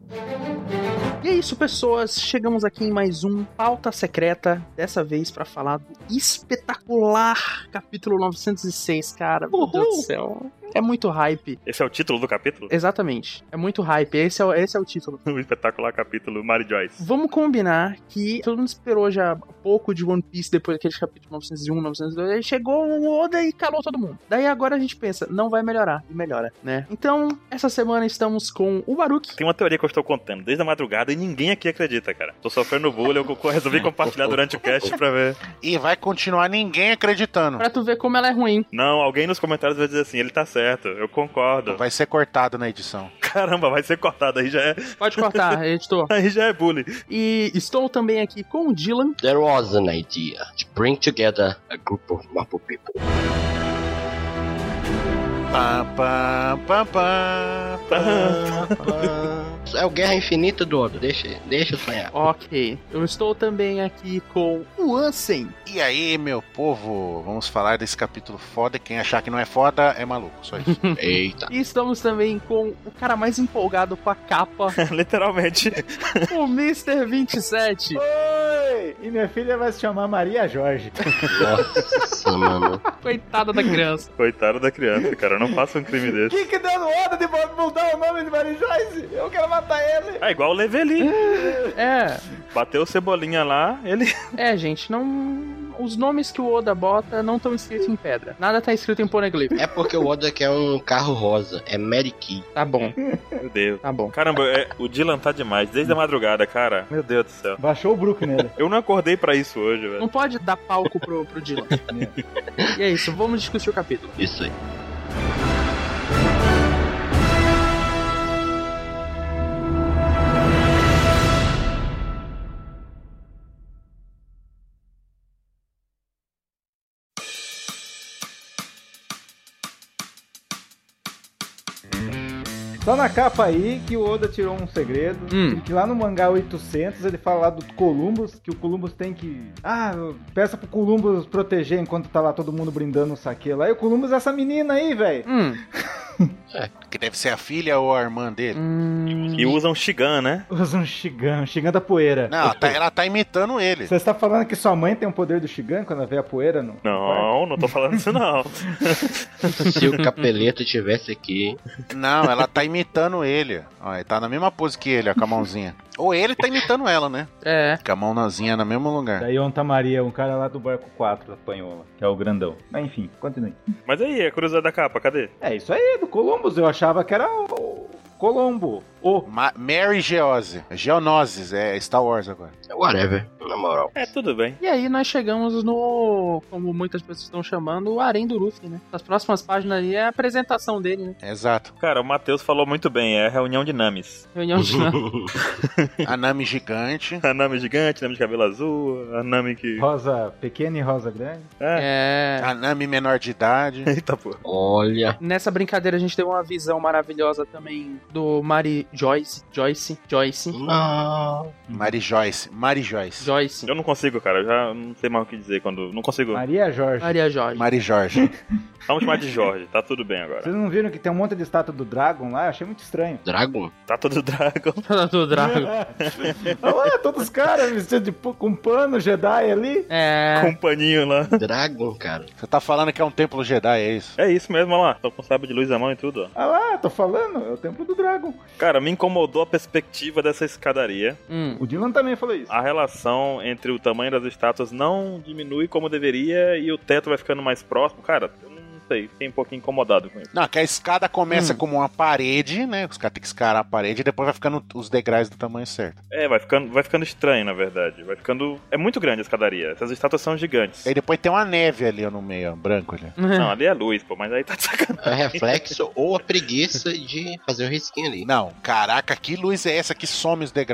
E é isso, pessoas. Chegamos aqui em mais um Pauta Secreta. Dessa vez pra falar do espetacular capítulo 906, cara. Meu Deus do céu. É muito hype. Esse é o título do capítulo? Exatamente. É muito hype. Esse é o título. O espetacular capítulo Mary Joyce. Vamos combinar que todo mundo esperou já pouco de One Piece depois daquele capítulo 901, 902. Aí chegou o Oda e calou todo mundo. Daí agora a gente pensa, não vai melhorar. E melhora, né? Então, essa semana estamos com o Baruch. Tem uma teoria que eu estou contando desde a madrugada e ninguém aqui acredita, cara. Tô sofrendo bullying, eu resolvi compartilhar durante o cast pra ver. E vai continuar ninguém acreditando. Pra tu ver como ela é ruim. Não, alguém nos comentários vai dizer assim, ele tá certo, eu concordo. Vai ser cortado na edição. Caramba, vai ser cortado, aí já é... Pode cortar, editor. Aí já é bullying. E estou também aqui com o Dylan. There was an idea to bring together a group of Mapo people. Pam, pam, pam, pam, pam, pam. É o Guerra Infinita do Oda, deixa eu sonhar. Ok. Eu estou também aqui com o Ansem. E aí, meu povo, vamos falar desse capítulo foda. Quem achar que não é foda é maluco, só isso. Eita. E estamos também com o cara mais empolgado com a capa, Literalmente. o Mr. 27. Oi! E minha filha vai se chamar Maria Jorge. Nossa, mano. Coitada da criança. Coitado da criança, cara, não faça um crime desse. Quem que deu no Oda de mudar o nome de Maria Joyce? Eu quero matar ele. É igual o Leveli. É, Bateu o Cebolinha lá, ele... gente, não... Os nomes que o Oda bota não estão escritos em pedra. Nada tá escrito em poneglyph. É porque o Oda quer um carro rosa, é Mary Key. Tá bom, Meu Deus. tá bom. Caramba, o Dylan tá demais, desde a madrugada, cara. Meu Deus do céu. Baixou o Brook nele. Eu não acordei pra isso hoje, velho. Não pode dar palco pro Dylan. E é isso, vamos discutir o capítulo. Isso aí. Só na capa aí que o Oda tirou um segredo. Que lá no mangá 800 ele fala lá do Columbus, que o Columbus tem que... peça pro Columbus proteger enquanto tá lá todo mundo brindando o saque lá. E o Columbus é essa menina aí, velho. Que deve ser a filha ou a irmã dele. E usam Shigan, né? Usa um Shigan da poeira. Não, ela tá imitando ele. Você está falando que sua mãe tem o poder do Shigan quando ela vê a poeira no... Não tô falando isso não. Se o Capeleto tivesse aqui... Não, ela tá imitando ele. Ó, ele tá na mesma pose que ele, ó, com a mãozinha. Ou ele tá imitando ela, né? É. Com a mãozinha no mesmo lugar. Daí Onta Maria, um cara lá do barco 4 apanhou lá, que é o grandão. Mas enfim, continue. Mas aí, a curiosidade da capa, cadê? É isso aí, do Columbus. Eu achava que era o Colombo. Mary Geonosis, é Star Wars agora. Whatever, na moral. É, tudo bem. E aí nós chegamos no, como muitas pessoas estão chamando, o harém do Luffy, né? As próximas páginas ali é a apresentação dele, né? Exato. Cara, o Matheus falou muito bem, é a reunião de Namis. Reunião de A Nami gigante. A Nami gigante, Nami de cabelo azul, a Nami que... Rosa pequena e rosa grande. É. A Nami menor de idade. Eita, pô. Olha. Nessa brincadeira a gente teve uma visão maravilhosa também do Mary Joyce. Não. Mary Joyce. Joyce. Eu não consigo, cara, eu já não sei mais o que dizer quando... Não consigo. Maria Jorge. Maria Jorge. Mary Jorge. Vamos chamar de Jorge, tá tudo bem agora. Vocês não viram que tem um monte de estátua do Dragon lá? Eu achei muito estranho. Dragon? Tá todo Dragon. do Drago. Olha lá, todos os caras vestidos com pano, Jedi ali. É. Com um paninho lá. Dragon, cara. Você tá falando que é um templo Jedi, é isso? É isso mesmo, olha lá. Tô com sábio de luz na mão e tudo, ó. Ah lá, tô falando, é o templo do Dragon. Cara, me incomodou a perspectiva dessa escadaria. O Dylan também falou isso. A relação entre o tamanho das estátuas não diminui como deveria e o teto vai ficando mais próximo. Cara, eu não sei, fiquei um pouquinho incomodado com isso. Não, que a escada começa como uma parede, né? Os caras têm que escalar a parede e depois vai ficando os degraus do tamanho certo. É, vai ficando estranho, na verdade. Vai ficando... É muito grande a escadaria. Essas estátuas são gigantes. E depois tem uma neve ali ó, no meio, ó, branco ali. Não, ali é luz, pô, mas aí tá de sacanagem. É reflexo ou a preguiça de fazer o risquinho ali. Não, caraca, que luz é essa que some os degraus?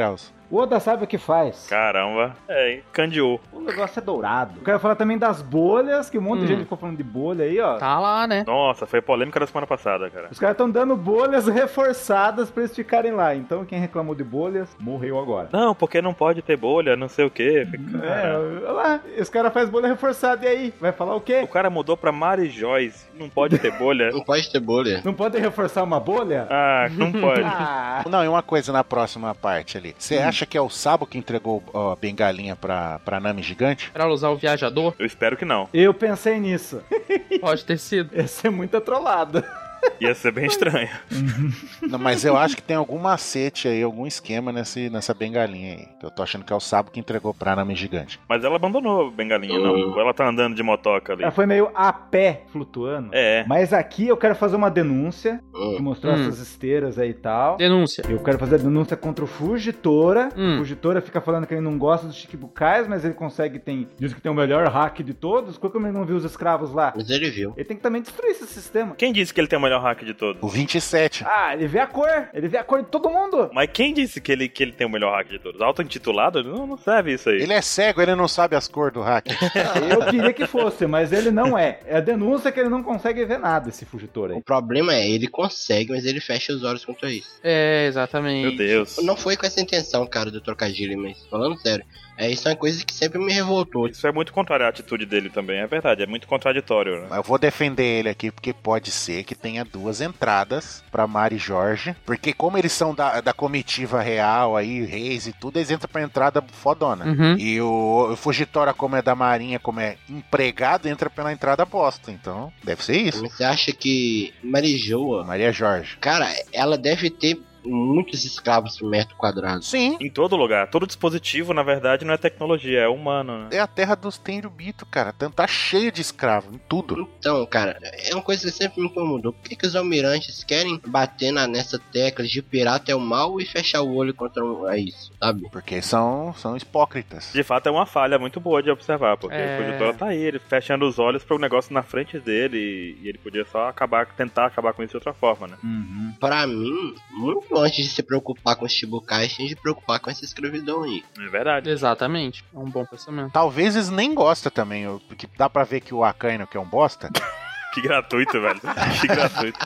O Oda sabe o que faz. Caramba. Candiou. O negócio é dourado. Eu quero falar também das bolhas, que um monte de gente ficou falando de bolha aí, ó. Tá lá, né? Nossa, foi polêmica da semana passada, cara. Os caras estão dando bolhas reforçadas pra eles ficarem lá. Então quem reclamou de bolhas, morreu agora. Não, porque não pode ter bolha, não sei o quê. Olha lá, os caras fazem bolha reforçada, e aí? Vai falar o quê? O cara mudou pra Mary Joyce, não pode ter bolha. Não pode ter bolha. Não pode reforçar uma bolha? Ah, não pode. Não, e uma coisa na próxima parte ali. Você acha que é o Sabo que entregou a bengalinha pra Nami gigante? Pra usar o viajador? Eu espero que não. Eu pensei nisso. Pode ter sido. Ia ser muita trollada. Ia ser bem estranho. Não, mas eu acho que tem algum macete aí, algum esquema nessa bengalinha aí. Eu tô achando que é o Sabo que entregou pra Nami gigante. Mas ela abandonou a bengalinha, não. Ou ela tá andando de motoca ali. Ela foi meio a pé flutuando. É. Mas aqui eu quero fazer uma denúncia, que mostrou essas esteiras aí e tal. Denúncia. Eu quero fazer a denúncia contra o Fujitora. O Fujitora fica falando que ele não gosta dos Shichibukais, mas ele consegue, diz que tem o melhor hack de todos. Por que ele não viu os escravos lá? Mas ele viu. Ele tem que também destruir esse sistema. Quem disse que ele tem o melhor hack de todos? O 27. Ah, ele vê a cor. Ele vê a cor de todo mundo. Mas quem disse que ele tem o melhor hack de todos? Auto-intitulado? Não serve isso aí. Ele é cego, ele não sabe as cores do hack. Eu queria que fosse, mas ele não é. É a denúncia que ele não consegue ver nada, esse Fujitora aí. O problema é, ele consegue, mas ele fecha os olhos contra isso. É, exatamente. Meu Deus. Não foi com essa intenção, cara, do trocadilho, mas falando sério. Isso é uma coisa que sempre me revoltou. Isso é muito contrário à atitude dele também, é verdade. É muito contraditório, né? Eu vou defender ele aqui, porque pode ser que tenha duas entradas pra Mari e Jorge. Porque como eles são da comitiva real aí, reis e tudo, eles entram pra entrada fodona. E o Fujitora, como é da marinha, como é empregado, entra pela entrada bosta. Então, deve ser isso. Mas você acha que Marijoa, Maria Jorge. cara, ela deve ter muitos escravos por metro quadrado. Sim. Em todo lugar. Todo dispositivo, na verdade, não é tecnologia, é humano, né? É a terra dos Tenryubito, cara. Tá cheio de escravo em tudo. Então, cara, é uma coisa que sempre me incomodou. Por que os almirantes querem bater nessa tecla de pirata é o mal e fechar o olho contra isso, sabe? Porque são hipócritas. De fato, é uma falha muito boa de observar, porque o Fujitora tá aí, ele fechando os olhos pro negócio na frente dele e ele podia só tentar acabar com isso de outra forma, né? Pra mim, muito antes de se preocupar com os Shichibukais, tinha de se preocupar com essa escravidão aí. É verdade. Exatamente. É um bom pensamento. Talvez eles nem gostem também, porque dá pra ver que o Akainu, que é um bosta... Que gratuito, velho. Que gratuito.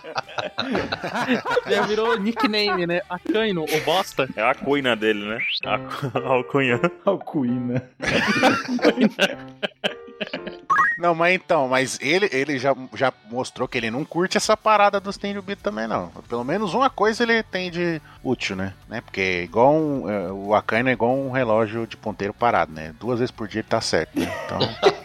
Já virou nickname, né? Akainu, o bosta. É a cuina dele, né? A alcunha. Alcuína. Não, mas ele já mostrou que ele não curte essa parada dos Tenryubito também, não. Pelo menos uma coisa ele tem de útil, né? Porque igual o Akainu é igual um relógio de ponteiro parado, né? 2 vezes por dia ele tá certo, né? Então...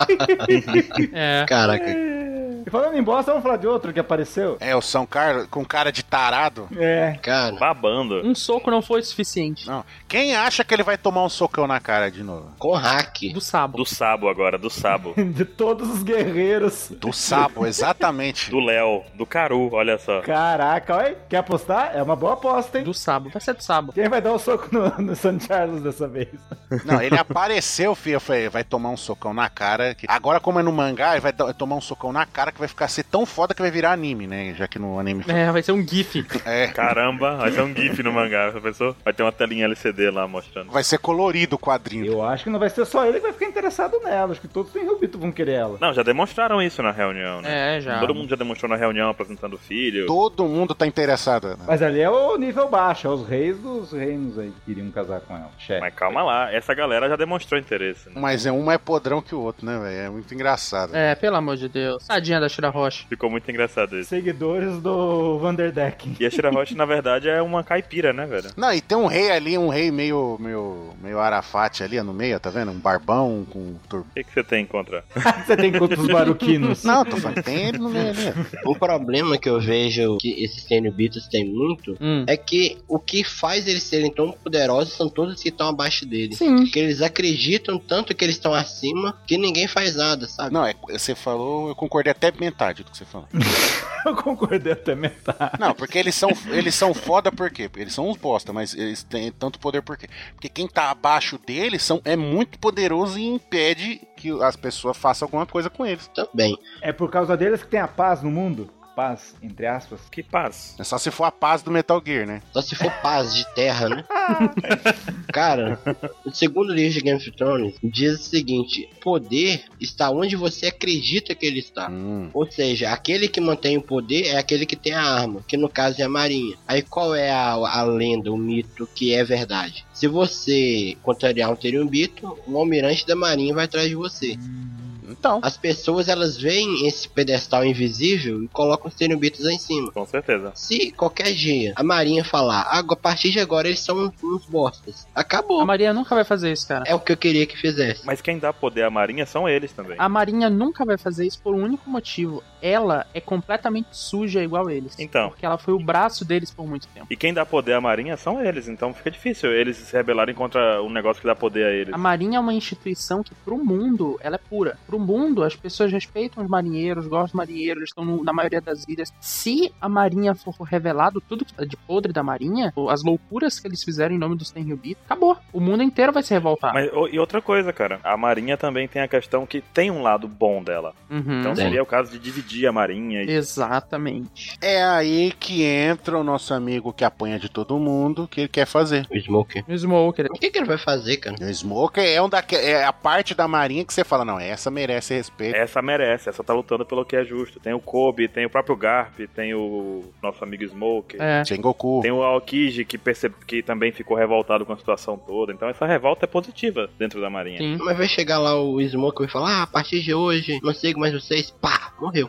É. Caraca. E falando em bosta, vamos falar de outro que apareceu? É, o São Carlos com cara de tarado. É. Cara, Babando. Um soco não foi suficiente. Não. Quem acha que ele vai tomar um socão na cara de novo? com hack. Do Sabo. Do Sabo agora, do Sabo. De todos os guerreiros. Do Sabo, exatamente. Do Léo, do Caru, olha só. Caraca, olha. Quer apostar? É uma boa aposta, hein? Do Sabo. Vai ser do Sabo. Quem vai dar o soco no San Charles dessa vez? Não, ele apareceu, filho, vai tomar um socão na cara. Agora, como é no mangá, ele vai tomar um socão na cara que vai ficar ser tão foda que vai virar anime, né? Já que no anime... É, vai ser um GIF. É. Caramba, vai ser um GIF no mangá, já pensou? Vai ter uma telinha LCD lá mostrando. Vai ser colorido o quadrinho. Eu acho que não vai ser só ele que vai ficar interessado nela. Acho que todos os Tenryubito vão querer ela. Não, já demonstraram isso na reunião, né? É, já. Todo mundo já demonstrou na reunião apresentando o filho. Todo mundo tá interessado. Né? Mas ali é o nível baixo, é os reis dos reinos aí que iriam casar com ela. Chefe. Mas calma lá, essa galera já demonstrou interesse, né? Mas um mais podrão que o outro, né, velho? É muito engraçado. É, pelo amor de Deus. Tadinha da Shira Rocha. Ficou muito engraçado isso. Seguidores do Vanderdeck. E a Shira Rocha, na verdade, é uma caipira, né, velho? Não, e tem um rei ali, um rei meio Arafate ali no meio, tá vendo? Um barbão com turbo. O que você tem contra? Você tem contra os baruquinos? Não, tô falando, tem ele no meio ali. O problema que eu vejo que esses Tenryubitos têm muito é que o que faz eles serem tão poderosos são todos que estão abaixo deles. Sim. Porque eles acreditam tanto que eles estão acima que ninguém faz nada, sabe? Não, você falou, eu concordei até metade do que você falou. Eu concordei até metade. Não, porque eles são foda por quê? Porque eles são uns bosta, mas eles têm tanto poder por quê? Porque quem tá abaixo deles é muito poderoso e impede que as pessoas façam alguma coisa com eles. Também. É por causa deles que tem a paz no mundo? paz, entre aspas. Que paz. É só se for a paz do Metal Gear, né? Só se for paz de terra, né? Cara, o segundo livro de Game of Thrones diz o seguinte: poder está onde você acredita que ele está. Ou seja, aquele que mantém o poder é aquele que tem a arma, que no caso é a marinha. Aí qual é a lenda, o mito que é verdade? Se você contrariar um Teriumbito, o almirante da marinha vai atrás de você. Então. As pessoas, elas veem esse pedestal invisível e colocam os Teriumbitos lá em cima. Com certeza. Se qualquer dia a marinha falar, a partir de agora eles são uns bostas, acabou. A marinha nunca vai fazer isso, cara. É o que eu queria que fizesse. Mas quem dá poder à marinha são eles também. A marinha nunca vai fazer isso por um único motivo. Ela é completamente suja igual eles. Então. Porque ela foi o braço deles por muito tempo. E quem dá poder à marinha são eles, então fica difícil eles se rebelarem contra um negócio que dá poder a eles. A marinha é uma instituição que pro mundo, ela é pura. Pro mundo, as pessoas respeitam os marinheiros, gostam dos marinheiros, eles estão na maioria das ilhas. Se a marinha for revelado tudo que tá de podre da marinha, as loucuras que eles fizeram em nome dos Tenryubito, acabou. O mundo inteiro vai se revoltar. Mas, e outra coisa, cara, a marinha também tem a questão que tem um lado bom dela. Então seria o caso de dividir a marinha. Exatamente. É aí que entra o nosso amigo que apanha de todo mundo, que ele quer fazer. O Smoker. O Smoker. O que ele vai fazer, cara? O Smoker é a parte da marinha que você fala, não, essa merece respeito. Essa merece, essa tá lutando pelo que é justo. Tem o Kobe, tem o próprio Garp, tem o nosso amigo Smoker. Sengoku. Tem o Aokiji que também ficou revoltado com a situação toda. Então essa revolta é positiva dentro da marinha. Sim. Mas vai chegar lá o Smoker e falar, a partir de hoje, não sigo mais vocês, pá, morreu.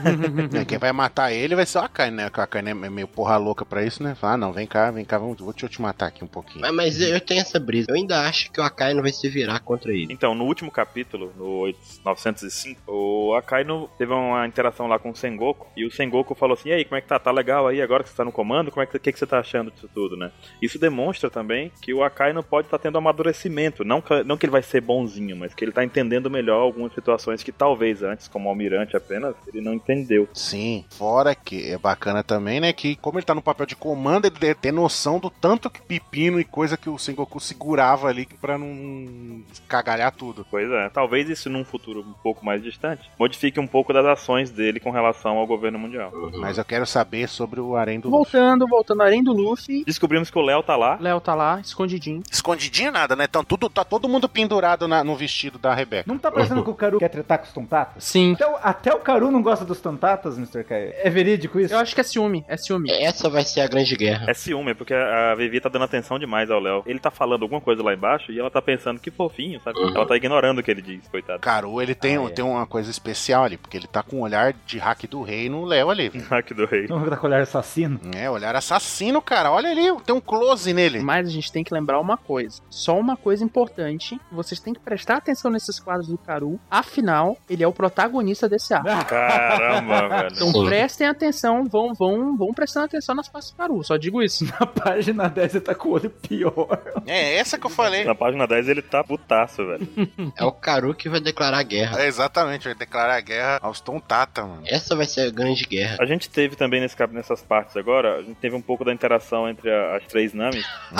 Quem vai matar ele vai ser o Akai, né? A Akai é meio porra louca pra isso, né? Fala, não, vem cá, vou te matar aqui um pouquinho. Mas eu tenho essa brisa. Eu ainda acho que o Akai não vai se virar contra ele. Então, no último capítulo, no 905, o Akainu teve uma interação lá com o Sengoku, e o Sengoku falou assim, e aí, como é que tá? Tá legal aí agora que você tá no comando? Que você tá achando disso tudo, né? Isso demonstra também que o Akainu pode estar tendo amadurecimento, não que ele vai ser bonzinho, mas que ele tá entendendo melhor algumas situações que talvez antes, como almirante apenas, ele não entendeu. Sim, fora que é bacana também, né, que como ele tá no papel de comando, ele deve ter noção do tanto que pepino e coisa que o Sengoku segurava ali pra não cagalhar tudo. Pois é, talvez isso num futuro um pouco mais distante modifique um pouco das ações dele com relação ao governo mundial. Mas eu quero saber sobre o harém do Luffy. Voltando ao harém do Luffy. Descobrimos que o Léo tá lá. Léo tá lá, escondidinho. Escondidinho nada, né? Então tá todo mundo pendurado no vestido da Rebeca. Não tá parecendo que o Karu quer tretar com os Tontatas? Sim. Então, até o Karu não gosta dos Tontatas, Mr. Kai? É verídico isso? Eu acho que é ciúme. Essa vai ser a grande guerra. É ciúme, porque a Vivi tá dando atenção demais ao Léo. Ele tá falando alguma coisa lá embaixo e ela tá pensando que fofinho, sabe? Ela tá ignorando o que ele diz, coitado. Karu, ele tem uma coisa especial ali, porque ele tá com um olhar de hack do rei no Léo ali. Hack do rei. Não tá com olhar assassino? É, olhar assassino, cara. Olha ali, tem um close nele. Mas a gente tem que lembrar uma coisa. Só uma coisa importante. Vocês têm que prestar atenção nesses quadros do Karu. Afinal, ele é o protagonista desse arco. Caramba, velho. Então prestem atenção, vão prestando atenção nas partes do Karu. Só digo isso. Na página 10 ele tá com o olho pior. É, essa que eu falei. Na página 10 ele tá putaço, velho. É o Karu que vai declarar guerra. É, exatamente, vai declarar guerra aos Tontata, mano. Essa vai ser a grande guerra. A gente teve também nessas partes agora, a gente teve um pouco da interação entre as três Namis.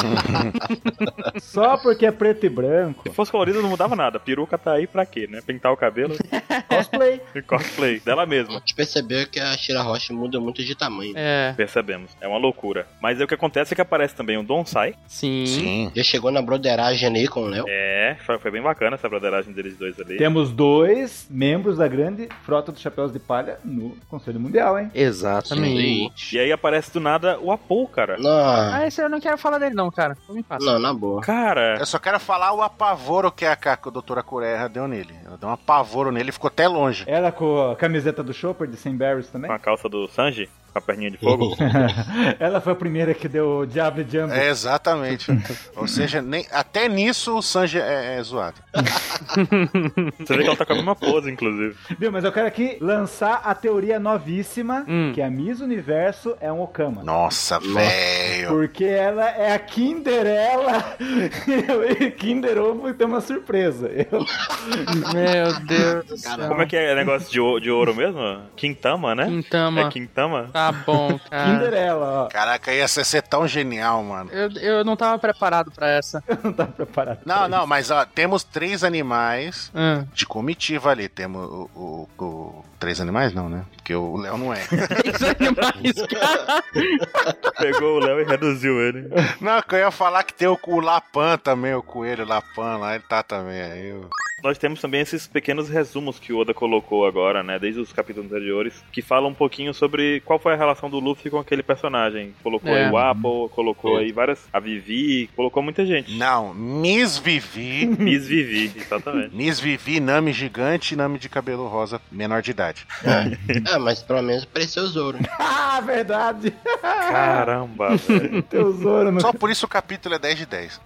Só porque é preto e branco. Se fosse colorido não mudava nada. Peruca tá aí pra quê, né? Pintar o cabelo. Cosplay. E cosplay dela mesma. A gente percebeu que a Shirahoshi muda muito de tamanho. É. Percebemos. É uma loucura. Mas o que acontece é que aparece também o Donsai. Sim. Já chegou na broderagem ali com o Léo. É, foi bem bacana essa broderagem deles dois ali. Temos 2 membros da grande frota dos Chapéus de Palha no Conselho Mundial, hein? Exatamente. E aí aparece do nada o Apo, cara. Não, Esse eu não quero falar dele não, cara. Não me passa. não, na boa. Cara, Eu só quero falar o apavoro que a doutora Kureha deu nele. Ela deu um apavoro nele e ficou até longe. Ela com a camiseta do Chopper de 100 Berries também. com a calça do Sanji, com a perninha de fogo. Ela foi a primeira que deu o Diablo Jump. É, exatamente. Ou seja, até nisso o Sanji é zoado. Você vê que ela tá com a mesma pose, inclusive. Viu, mas eu quero aqui lançar a teoria novíssima que a Miss Universo é um Okama. Nossa, velho. Porque ela é a Kinderela e Kinder Ovo tem uma surpresa. Meu Deus do céu. Como é que é negócio de ouro mesmo? Quintama, né? Quintama. É Quintama? Tá, Tá bom, cara. Cinderela, ó. Caraca, ia ser tão genial, mano. Eu não tava preparado pra essa. Eu não tava preparado. Não, mas ó, temos 3 animais de comitiva ali. Temos o 3 animais não, né? Porque o Léo não é. 3 animais, cara. Pegou o Léo e reduziu ele. Não, que eu ia falar que tem o Lapan também, o coelho Lapan lá, ele tá também aí. Nós temos também esses pequenos resumos que o Oda colocou agora, né, desde os capítulos anteriores, que falam um pouquinho sobre qual foi a relação do Luffy com aquele personagem. Colocou aí o Apple, colocou aí a Vivi, colocou muita gente. Não, Miss Vivi. Miss Vivi, exatamente. Miss Vivi, Nami gigante e Nami de cabelo rosa, menor de idade. Mas pelo menos pareceu o Zoro. Ah, verdade. Caramba, velho. Teu Zoro no... Só por isso o capítulo é 10 de 10.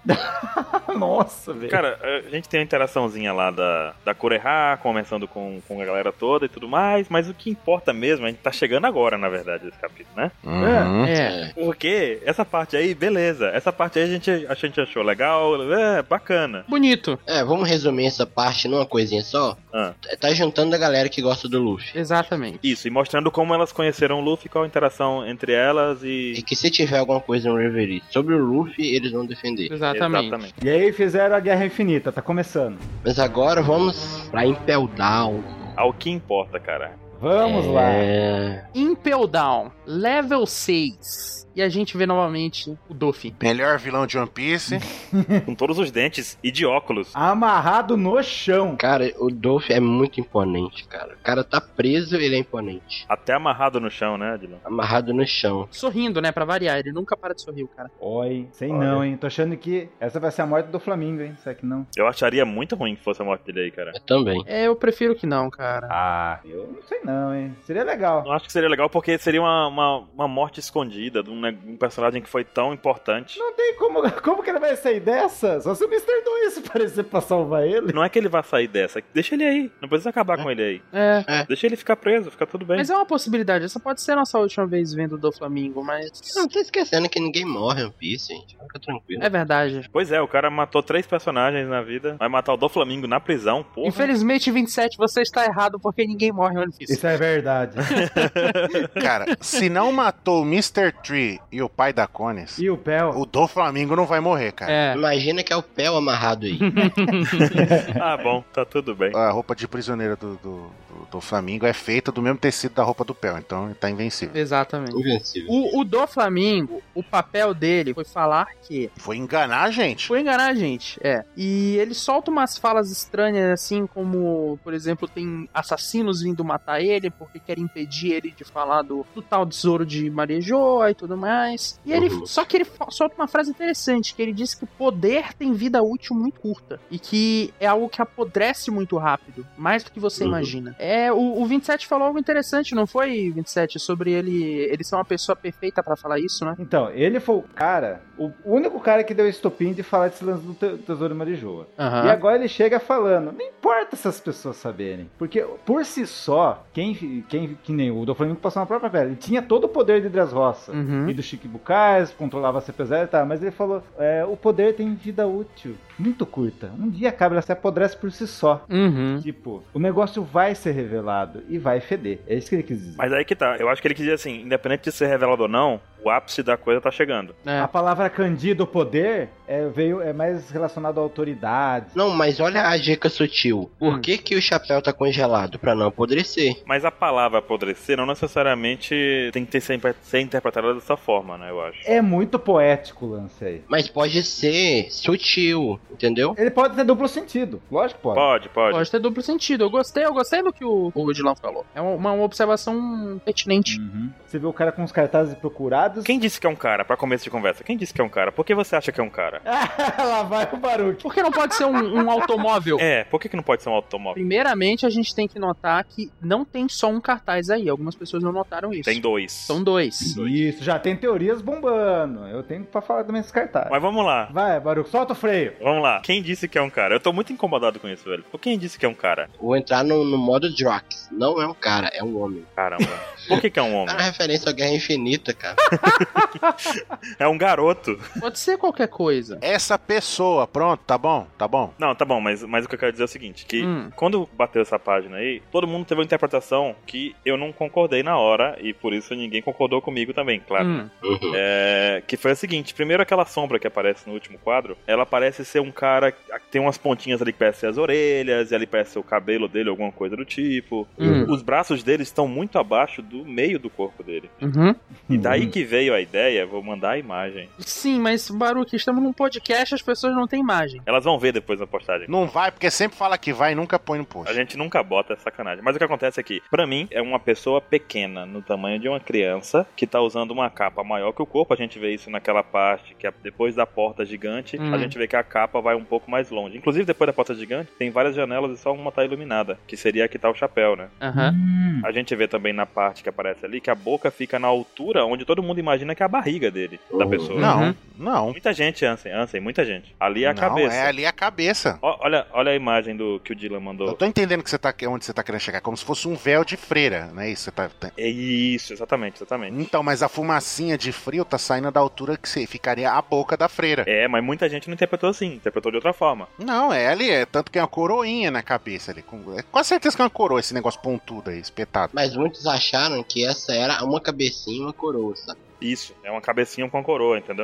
Nossa, velho. Cara, a gente tem uma interaçãozinha lá da Kureha, conversando com a galera toda e tudo mais, mas o que importa mesmo, a gente tá chegando agora, na verdade, esse capítulo, né? Uhum. Porque essa parte aí, beleza. Essa parte aí a gente achou legal, bacana. Bonito. Vamos resumir essa parte numa coisinha só? Tá juntando a galera que gosta do Luffy. Exatamente. Isso, e mostrando como elas conheceram o Luffy, qual a interação entre elas E que se tiver alguma coisa no Reverie sobre o Luffy, eles vão defender. Exatamente. E aí fizeram a Guerra Infinita, tá começando. Mas agora vamos pra Impel Down. Ao que importa, cara. Vamos lá. Impel Down, level 6. E a gente vê novamente o Luffy. Melhor vilão de One Piece. Com todos os dentes e de óculos. Amarrado no chão. Cara, o Luffy é muito imponente, cara. O cara tá preso, ele é imponente. Até amarrado no chão, né, Dylan? Amarrado no chão. Sorrindo, né, pra variar. Ele nunca para de sorrir, o cara. Oi, sei não, hein. Tô achando que essa vai ser a morte do Flamingo, hein. Será que não? Eu acharia muito ruim que fosse a morte dele aí, cara. Eu também. Eu prefiro que não, cara. Ah, eu não sei não, hein. Seria legal. Eu acho que seria legal porque seria uma morte escondida de um personagem que foi tão importante. Não tem como que ele vai sair dessa? Só se o Mr. 2 aparecer pra salvar ele. Não é que ele vai sair dessa, deixa ele aí. Não precisa acabar com ele aí. Deixa ele ficar preso, fica tudo bem. Mas é uma possibilidade. Essa pode ser a nossa última vez vendo do Flamingo, mas... Não tá esquecendo que ninguém morre em One Piece, gente. Fica tranquilo. É verdade. Pois é, o cara matou 3 personagens na vida. Vai matar o Doflamingo na prisão, porra. Infelizmente, 27, você está errado porque ninguém morre em One Piece. Isso é verdade. Cara, se não matou o Mr. Tree e o pai da Cones, E o Pel? o Doflamingo não vai morrer, cara. Imagina que é o Pel amarrado aí. Ah, bom, tá tudo bem. A roupa de prisioneiro do Flamingo é feita do mesmo tecido da roupa do Pel, então ele tá invencível. Exatamente. Invencível. O Doflamingo, o papel dele foi falar que... Foi enganar a gente. Foi enganar a gente, E ele solta umas falas estranhas, assim, como, por exemplo, tem assassinos vindo matar ele porque querem impedir ele de falar do tal tesouro de Marejoa e tudo mais. E ele, só que ele solta uma frase interessante, que ele diz que o poder tem vida útil muito curta e que é algo que apodrece muito rápido, mais do que você imagina. O 27 falou algo interessante, não foi, 27? Sobre ele ser uma pessoa perfeita pra falar isso, né? Então, ele foi o cara, o único cara que deu estopim de falar desse lance do Tesouro de Marijoa. Uhum. E agora ele chega falando, não importa se as pessoas saberem, porque por si só, que nem o Doflamingo passou na própria pele, ele tinha todo o poder de Dressrosa e do Shikibukai, controlava a CP0 e tal, mas ele falou, o poder tem vida útil muito curta, um dia acaba, ela se apodrece por si só. Tipo, o negócio vai ser revelado e vai feder, é isso que ele quis dizer. Mas aí que tá, eu acho que ele quis dizer assim, independente de ser revelado ou não, o ápice da coisa tá chegando. A palavra candido poder é mais relacionado à autoridade. Não, mas olha a dica sutil. Por que o chapéu tá congelado? Pra não apodrecer. Mas a palavra apodrecer não necessariamente tem que ser interpretada dessa forma, né, eu acho. É muito poético o lance aí. Mas pode ser sutil, entendeu? Ele pode ter duplo sentido, lógico que pode. Pode. Pode ter duplo sentido. Eu gostei do que o Odilon falou. É uma observação pertinente. Você vê o cara com os cartazes procurados. Quem disse que é um cara, pra começo de conversa? Quem disse que é um cara? Por que você acha que é um cara? Lá vai o Baruch. Por que não pode ser um automóvel? Por que não pode ser um automóvel? Primeiramente, a gente tem que notar que não tem só um cartaz aí. Algumas pessoas não notaram isso. Tem 2. São 2. Isso, já tem teorias bombando. Eu tenho pra falar também desses cartazes. Mas vamos lá. Vai, Baruch, solta o freio. Vamos lá. Quem disse que é um cara? Eu tô muito incomodado com isso, velho. Quem disse que é um cara? Vou entrar no modo Drox. Não é um cara, é um homem. Caramba. Por que é um homem? É uma referência à Guerra Infinita, cara. É um garoto. Pode ser qualquer coisa. coisa. Essa pessoa, pronto, tá bom? Não, tá bom, mas o que eu quero dizer é o seguinte, que quando bateu essa página aí, todo mundo teve uma interpretação que eu não concordei na hora, e por isso ninguém concordou comigo também, claro. Que foi a seguinte, primeiro aquela sombra que aparece no último quadro, ela parece ser um cara que tem umas pontinhas ali que parecem as orelhas, e ali parece o cabelo dele, alguma coisa do tipo. Os braços dele estão muito abaixo do meio do corpo dele. E daí que veio a ideia, vou mandar a imagem. Sim, mas, Baruch, estamos num podcast, as pessoas não têm imagem. Elas vão ver depois na postagem. Não vai, porque sempre fala que vai e nunca põe no post. A gente nunca bota, é sacanagem. Mas o que acontece é que, pra mim, é uma pessoa pequena, no tamanho de uma criança, que tá usando uma capa maior que o corpo. A gente vê isso naquela parte, que é depois da porta gigante, a gente vê que a capa vai um pouco mais longe. Inclusive, depois da porta gigante, tem várias janelas e só uma tá iluminada, que seria a que tá o chapéu, né? A gente vê também na parte que aparece ali, que a boca fica na altura onde todo mundo imagina que é a barriga dele, da pessoa. Não. Muita gente, Ansem, muita gente. Ali é a cabeça. É ali a cabeça. Olha a imagem que o Dylan mandou. Eu tô entendendo que onde você tá querendo chegar, como se fosse um véu de freira, não é isso? É isso, exatamente. Então, mas a fumacinha de frio tá saindo da altura que ficaria a boca da freira. É, mas muita gente não interpretou assim, interpretou de outra forma. Não, ali, tanto que é uma coroinha na cabeça ali. É quase certeza que é uma coroa, esse negócio pontudo aí, espetado. Mas muitos acharam que essa era uma cabecinha e uma coroa, sabe? Isso, é uma cabecinha com a coroa, entendeu?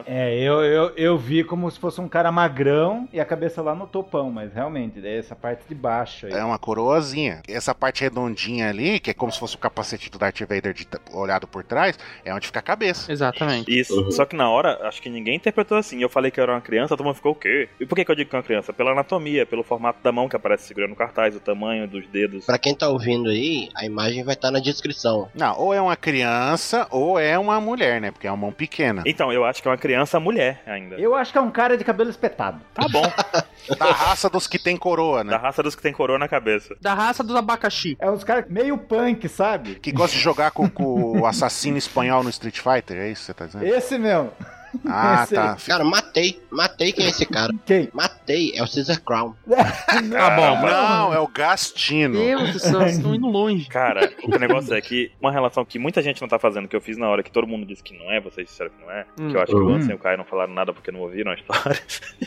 Eu vi como se fosse um cara magrão e a cabeça lá no topão, mas realmente, é essa parte de baixo aí. É uma coroazinha. Essa parte redondinha ali, que é como se fosse o capacete do Darth Vader olhado por trás, é onde fica a cabeça. Exatamente. Isso, só que na hora, acho que ninguém interpretou assim. Eu falei que eu era uma criança, todo mundo ficou o quê? E por que eu digo que é uma criança? Pela anatomia, pelo formato da mão que aparece segurando o cartaz, o tamanho dos dedos. Pra quem tá ouvindo aí, a imagem vai estar na descrição. Não, ou é uma criança, ou é uma mulher, né? Porque é uma mão pequena. Então, eu acho que é uma criança mulher ainda. Eu acho que é um cara de cabelo espetado. Tá bom. Da raça dos que tem coroa, né? Da raça dos que tem coroa na cabeça. Da raça dos abacaxi. É uns caras meio punk, sabe? Que gosta de jogar com o assassino espanhol no Street Fighter, é isso que você tá dizendo? Esse mesmo. Ah, tá. Cara, matei quem é esse cara. Quem? Matei, é o Caesar Crown. Tá bom, não, é o Gastino. Deus do céu, vocês estão indo longe. Cara, o negócio é que uma relação que muita gente não tá fazendo, que eu fiz na hora, que todo mundo disse que não é, vocês disseram que não é, que eu acho que o Ansem e o Caio não falaram nada porque não ouviram a história.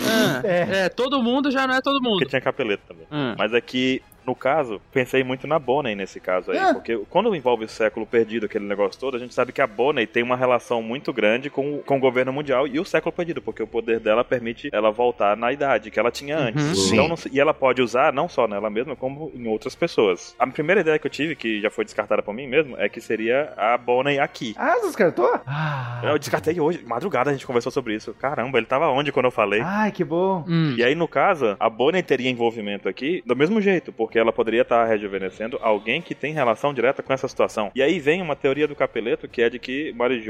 Todo mundo já não é todo mundo. Porque tinha capeleto também. Mas é que, no caso, pensei muito na Bonnie nesse caso aí, porque quando envolve o século perdido, aquele negócio todo, a gente sabe que a Bonnie tem uma relação muito grande com o governo mundial e o século perdido, porque o poder dela permite ela voltar na idade que ela tinha antes. Então, e ela pode usar não só nela mesma, como em outras pessoas. A primeira ideia que eu tive, que já foi descartada por mim mesmo, é que seria a Bonnie aqui. Ah, você descartou? Eu descartei hoje, madrugada a gente conversou sobre isso. Caramba, ele tava onde quando eu falei? Ai, que bom. E aí, no caso, a Bonnie teria envolvimento aqui do mesmo jeito, porque ela poderia estar rejuvenescendo alguém que tem relação direta com essa situação. E aí vem uma teoria do Capeleto, que é de que Mari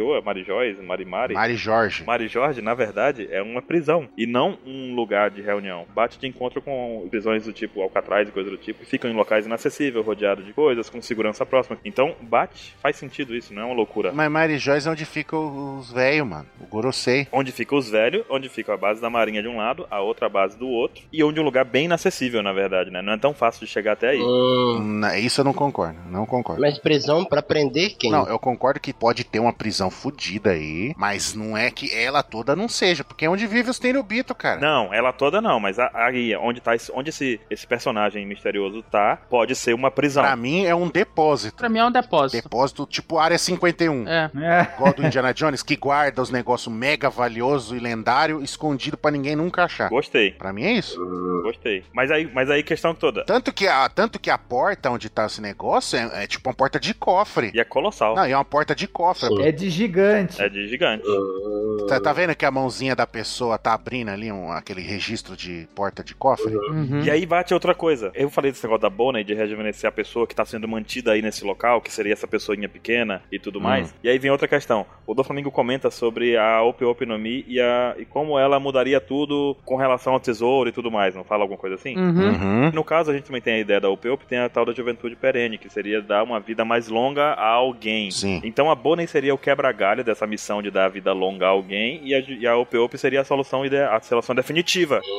Jorge, na verdade, é uma prisão e não um lugar de reunião. Bate de encontro com prisões do tipo Alcatraz e coisa do tipo, e ficam em locais inacessíveis, rodeados de coisas, com segurança próxima. Então, faz sentido isso, não é uma loucura. Mas Mari Jorge é onde ficam os velhos, mano. O Gorosei. Onde fica os velhos, onde fica a base da marinha de um lado, a outra base do outro, e onde é um lugar bem inacessível, na verdade, né? Não é tão fácil de chegar até aí. Isso eu não concordo, Mas prisão pra prender quem? Não, eu concordo que pode ter uma prisão fodida aí, mas não é que ela toda não seja, porque é onde vive os Tenryubito, cara. Não, ela toda não, mas aí, onde esse personagem misterioso tá, pode ser uma prisão. Pra mim é um depósito. Pra mim é um depósito. Depósito tipo Área 51. Igual do Indiana Jones, que guarda os negócios mega valioso e lendário, escondido pra ninguém nunca achar. Gostei. Pra mim é isso. Gostei. Mas aí questão toda. Tanto que a porta onde tá esse negócio é tipo uma porta de cofre. E é colossal. Não, e é uma porta de cofre. É de gigante. É de gigante. Tá vendo que a mãozinha da pessoa tá abrindo ali aquele registro de porta de cofre? E aí bate outra coisa. Eu falei desse negócio da Bonnie, de rejuvenescer a pessoa que tá sendo mantida aí nesse local, que seria essa pessoinha pequena e tudo mais. E aí vem outra questão. O Doflamingo comenta sobre a Ope Ope no Mi e como ela mudaria tudo com relação ao tesouro e tudo mais. Não fala alguma coisa assim? No caso, a gente também tem a ideia da Ope Ope, tem a tal da juventude perene, que seria dar uma vida mais longa a alguém. Sim. Então a Bonnie seria o quebra-galho dessa missão de dar a vida longa a alguém, e a Ope Ope seria a solução definitiva.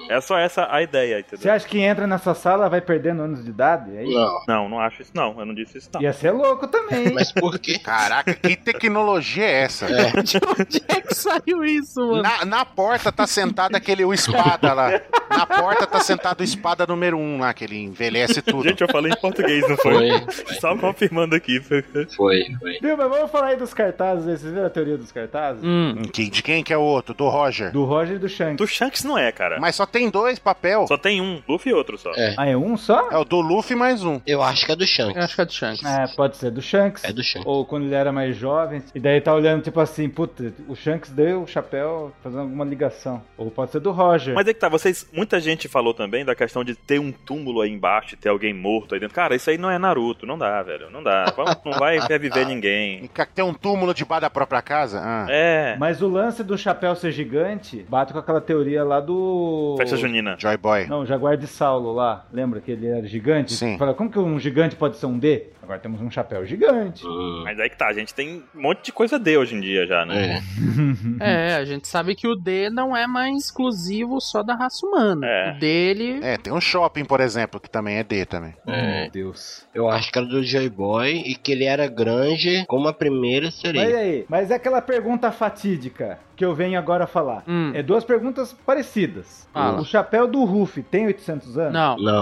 É só essa a ideia, entendeu? Você acha que entra nessa sala vai perdendo anos de idade? É isso? Não acho isso não. Eu não disse isso não. Ia ser louco também. Mas por quê? Caraca, que tecnologia é essa? De onde é que saiu isso, mano? Na porta tá sentado o espada lá. Na porta tá sentado o espada número 1 lá, que ele envelhece tudo. Gente, eu falei em português, não foi? Foi. Só confirmando aqui. Foi. Viu, mas vamos falar aí dos cartazes. Vocês viram a teoria dos cartazes? De quem que é o outro? Do Roger. Do Roger e do Shanks. Do Shanks não é, cara. Mas só tem 2 papel. Só tem um. Luffy e outro só. Ah, é um só? É o do Luffy mais um. Eu acho que é do Shanks. Eu acho que é do Shanks. É, pode ser do Shanks. É do Shanks. Ou quando ele era mais jovem. E daí tá olhando tipo assim, puta, o Shanks deu o chapéu fazendo alguma ligação. Ou pode ser do Roger. Mas é que tá, muita gente falou também da questão de ter um túmulo aí embaixo e ter alguém morto aí dentro. Cara, isso aí não é Naruto, não dá, velho, não dá. Não vai reviver ninguém. Tem um túmulo debaixo da própria casa? É. Mas o lance do chapéu ser gigante bate com aquela teoria lá do... Festa junina. Joy Boy. Não, o Jaguar de Saulo lá. Lembra que ele era gigante? Sim. Fala, como que um gigante pode ser um D? Agora temos um chapéu gigante. Mas aí que tá, a gente tem um monte de coisa D hoje em dia já, né? A gente sabe que o D não é mais exclusivo só da raça humana. O dele... Tem um shopping, por exemplo, que também é D também. Meu Deus. Eu acho que era do Joy Boy e que ele era grande como a primeira sereia. Mas aí, mas é aquela pergunta fatídica que eu venho agora falar. É 2 perguntas parecidas. Fala. O chapéu do Ruffy tem 800 anos?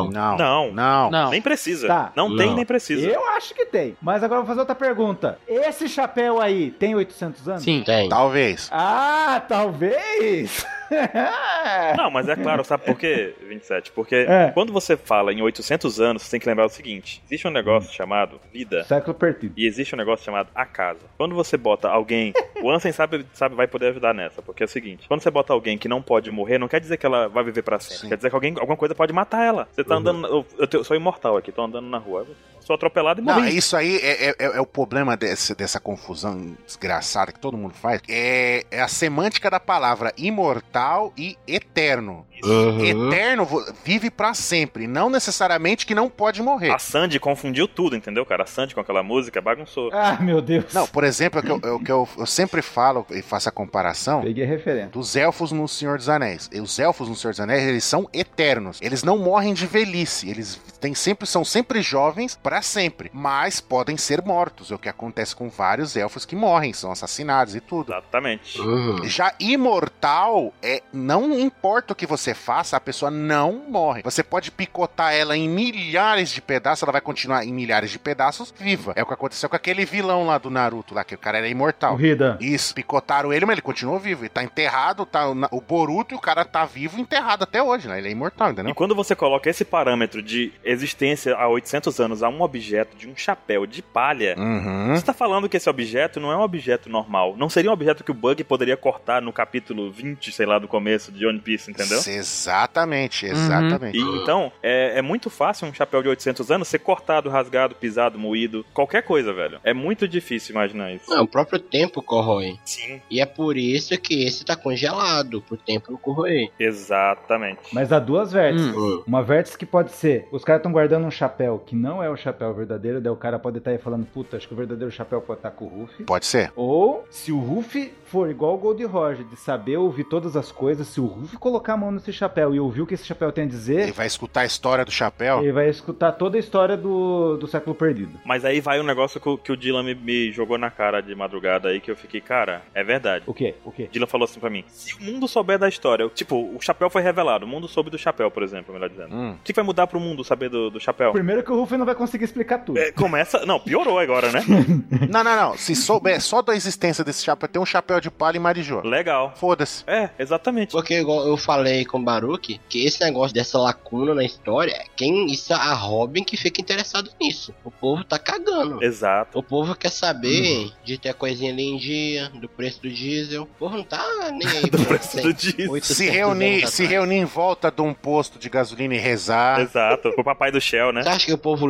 Não. Nem precisa. Tá. Não tem, nem precisa. Eu acho que tem. Mas agora eu vou fazer outra pergunta. Esse chapéu aí tem 800 anos? Sim. Tem. Talvez. Ah, talvez? Não, mas é claro, sabe por quê, 27? Porque quando você fala em 800 anos, você tem que lembrar o seguinte. Existe um negócio chamado vida. Século perdido. E existe um negócio chamado a casa. Quando você bota alguém... O Ansem sabe, vai poder ajudar nessa. Porque é o seguinte. Quando você bota alguém que não pode morrer, não quer dizer que ela vai viver pra sempre. Sim. Quer dizer que alguma coisa pode matar ela. Você tá andando... Eu sou imortal aqui. Tô andando na rua. Sou atropelado e morri. Não, isso aí é o problema dessa confusão desgraçada que todo mundo faz. É a semântica da palavra imortal e eterno. Eterno vive pra sempre, não necessariamente que não pode morrer. A Sandy confundiu tudo, entendeu, cara? A Sandy com aquela música bagunçou. Ah, meu Deus. Não, por exemplo, o que eu sempre falo e faço a comparação. Peguei a referência. Dos elfos no Senhor dos Anéis. E os elfos no Senhor dos Anéis, eles são eternos. Eles não morrem de velhice. Eles são sempre jovens pra sempre. Mas podem ser mortos. É o que acontece com vários elfos que morrem, são assassinados e tudo. Exatamente. Já imortal, não importa o que você faça, a pessoa não morre. Você pode picotar ela em milhares de pedaços, ela vai continuar em milhares de pedaços viva. É o que aconteceu com aquele vilão lá do Naruto, lá que o cara era imortal. O Hidan. Isso, picotaram ele, mas ele continuou vivo. Ele tá enterrado, o Boruto, e o cara tá vivo e enterrado até hoje, né? Ele é imortal, entendeu? E quando você coloca esse parâmetro de existência há 800 anos a um objeto de um chapéu de palha, você tá falando que esse objeto não é um objeto normal. Não seria um objeto que o Bug poderia cortar no capítulo 20, sei lá, do começo de One Piece, entendeu? Exatamente. E, então, é muito fácil um chapéu de 800 anos ser cortado, rasgado, pisado, moído, qualquer coisa, velho. É muito difícil imaginar isso. Não, o próprio tempo corrói. Sim. E é por isso que esse tá congelado, pro tempo não corroer. Exatamente. Mas há 2 vértices. Uma vértice que pode ser, os caras estão guardando um chapéu que não é o chapéu verdadeiro, daí o cara pode estar aí falando, puta, acho que o verdadeiro chapéu pode estar com o Ruffy. Pode ser. Ou, se o Ruffy for igual o Gold Roger, de saber ouvir todas as coisas, se o Ruffy colocar a mão nesse chapéu e ouvir o que esse chapéu tem a dizer... Ele vai escutar a história do chapéu? Ele vai escutar toda a história do século perdido. Mas aí vai um negócio que o Dylan me jogou na cara de madrugada aí, que eu fiquei, cara, é verdade. O quê? Dylan falou assim pra mim, se o mundo souber da história, tipo, o chapéu foi revelado, o mundo soube do chapéu, por exemplo, melhor dizendo. O que vai mudar pro mundo saber do chapéu? Primeiro que o Ruffy não vai conseguir explicar tudo. Não, piorou agora, né? Não. Se souber só da existência desse chapéu, tem um chapéu de palha e Marijô. Legal. Foda-se. Exatamente. Porque igual eu falei com o Baruch, que esse negócio dessa lacuna na história, isso é a Robin que fica interessado nisso. O povo tá cagando. Exato. O povo quer saber de ter a coisinha ali em dia, do preço do diesel. O povo não tá nem aí. Do preço do diesel. Se reunir em volta de um posto de gasolina e rezar. Exato. O papai do Shell, né? Você acha que o povo liga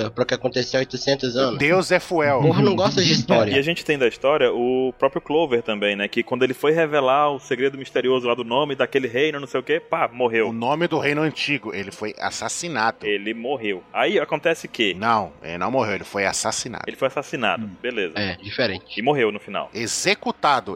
liga pro que aconteceu há 800 anos. Deus é fuel. Porra, não gosta de história. E a gente tem da história o próprio Clover também, né? Que quando ele foi revelar o segredo misterioso lá do nome daquele reino, não sei o que, pá, morreu. O nome do reino antigo, ele foi assassinado. Ele morreu. Aí acontece que... Não, ele não morreu, ele foi assassinado. Ele foi assassinado, beleza. É, diferente. E morreu no final. Executado.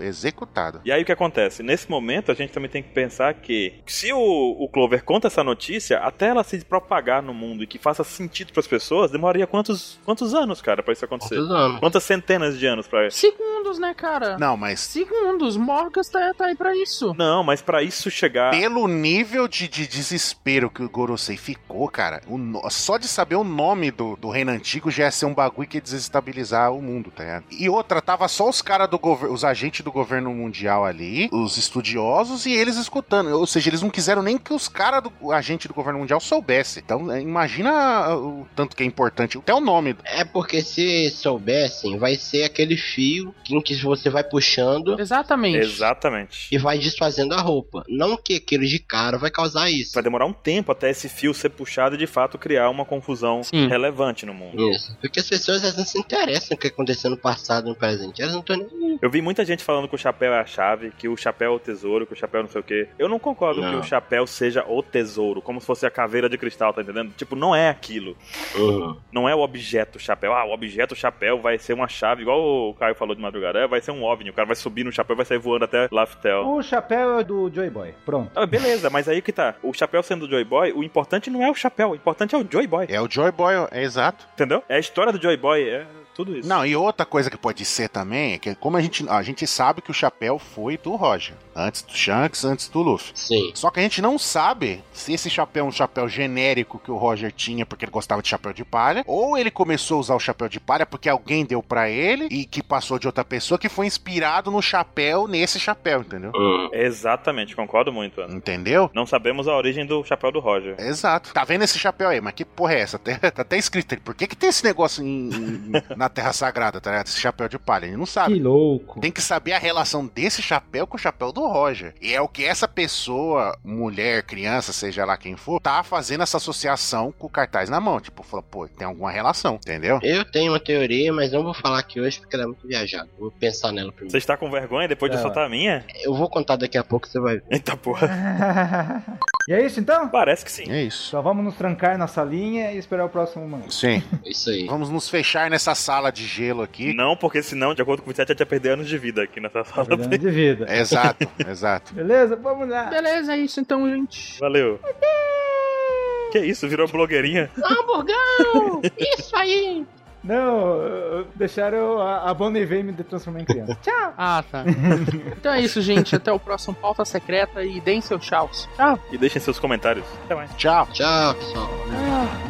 E aí o que acontece? Nesse momento a gente também tem que pensar que se o Clover conta essa notícia, até ela se propagar no mundo e que faça sentido pras pessoas, demoraria quantos anos, cara, pra isso acontecer? Quantos anos? Quantas centenas de anos pra... Segundos, né, cara? Não, mas... Segundos. Morgas tá aí pra isso. Não, mas pra isso chegar... Pelo nível de desespero que o Gorosei ficou, cara, só de saber o nome do reino antigo já ia ser um bagulho que ia desestabilizar o mundo, tá ligado? E outra, tava só os caras do governo, os agentes do governo mundial ali, os estudiosos, e eles escutando. Ou seja, eles não quiseram nem que os caras do agente do governo mundial soubessem. Então, imagina o tanto que é importante, até o nome. É porque se soubessem, vai ser aquele fio em que você vai puxando Exatamente. e vai desfazendo a roupa. Não que aquilo de cara vai causar isso. Vai demorar um tempo até esse fio ser puxado e de fato criar uma confusão relevante no mundo. Isso. Porque as pessoas às vezes não se interessam no que aconteceu no passado e no presente. Elas não estão nem... Eu vi muita gente falando que o chapéu é a chave, que o chapéu é o tesouro, que o chapéu não sei o quê. Eu não concordo que o chapéu seja o tesouro, como se fosse a caveira de cristal, tá entendendo? Tipo, não é aquilo. Não é o objeto chapéu. Ah, o objeto chapéu vai ser uma chave, igual o Caio falou de madrugada. Vai ser um OVNI, o cara vai subir no chapéu e vai sair voando até Laftel. O chapéu é do Joy Boy, pronto. Ah, beleza, mas aí que tá. O chapéu sendo do Joy Boy, o importante não é o chapéu, o importante é o Joy Boy. É o Joy Boy, é exato. Entendeu? É a história do Joy Boy, é tudo isso. Não, e outra coisa que pode ser também é que como a gente sabe que o chapéu foi do Roger, antes do Shanks, antes do Luffy. Sim. Só que a gente não sabe se esse chapéu é um chapéu genérico que o Roger tinha porque ele gostava de chapéu de palha, ou ele começou a usar o chapéu de palha porque alguém deu pra ele e que passou de outra pessoa que foi inspirado no chapéu, nesse chapéu, entendeu? Exatamente, concordo muito, Ana. Entendeu? Não sabemos a origem do chapéu do Roger. Exato. Tá vendo esse chapéu aí? Mas que porra é essa? Tá até escrito aí. Por que tem esse negócio na Terra Sagrada, tá ligado? Esse chapéu de palha. Ele não sabe. Que louco. Tem que saber a relação desse chapéu com o chapéu do Roger. E é o que essa pessoa, mulher, criança, seja lá quem for, tá fazendo essa associação com o cartaz na mão. Tipo, fala, pô, tem alguma relação, entendeu? Eu tenho uma teoria, mas não vou falar aqui hoje porque ela é muito viajada. Vou pensar nela primeiro. Você está com vergonha depois de soltar a minha? Eu vou contar daqui a pouco, você vai ver. Eita porra. E é isso então? Parece que sim. É isso. Só vamos nos trancar na salinha e esperar o próximo mangá. Sim. Isso aí. Vamos nos fechar nessa sala de gelo aqui. Não, porque senão, de acordo com o 27, já ia perder anos de vida aqui nessa sala. Perdendo de vida. Exato, exato. Beleza? Vamos lá. Beleza, é isso então, gente. Valeu. Que isso? Virou blogueirinha? Hamburgão! Isso aí! Não, deixaram a Bonnie me transformar em criança. Tchau! Ah, tá. Então é isso, gente. Até o próximo Pauta Secreta e deem seus tchauz. Tchau. E deixem seus comentários. Até mais. Tchau. Tchau, pessoal. Ah.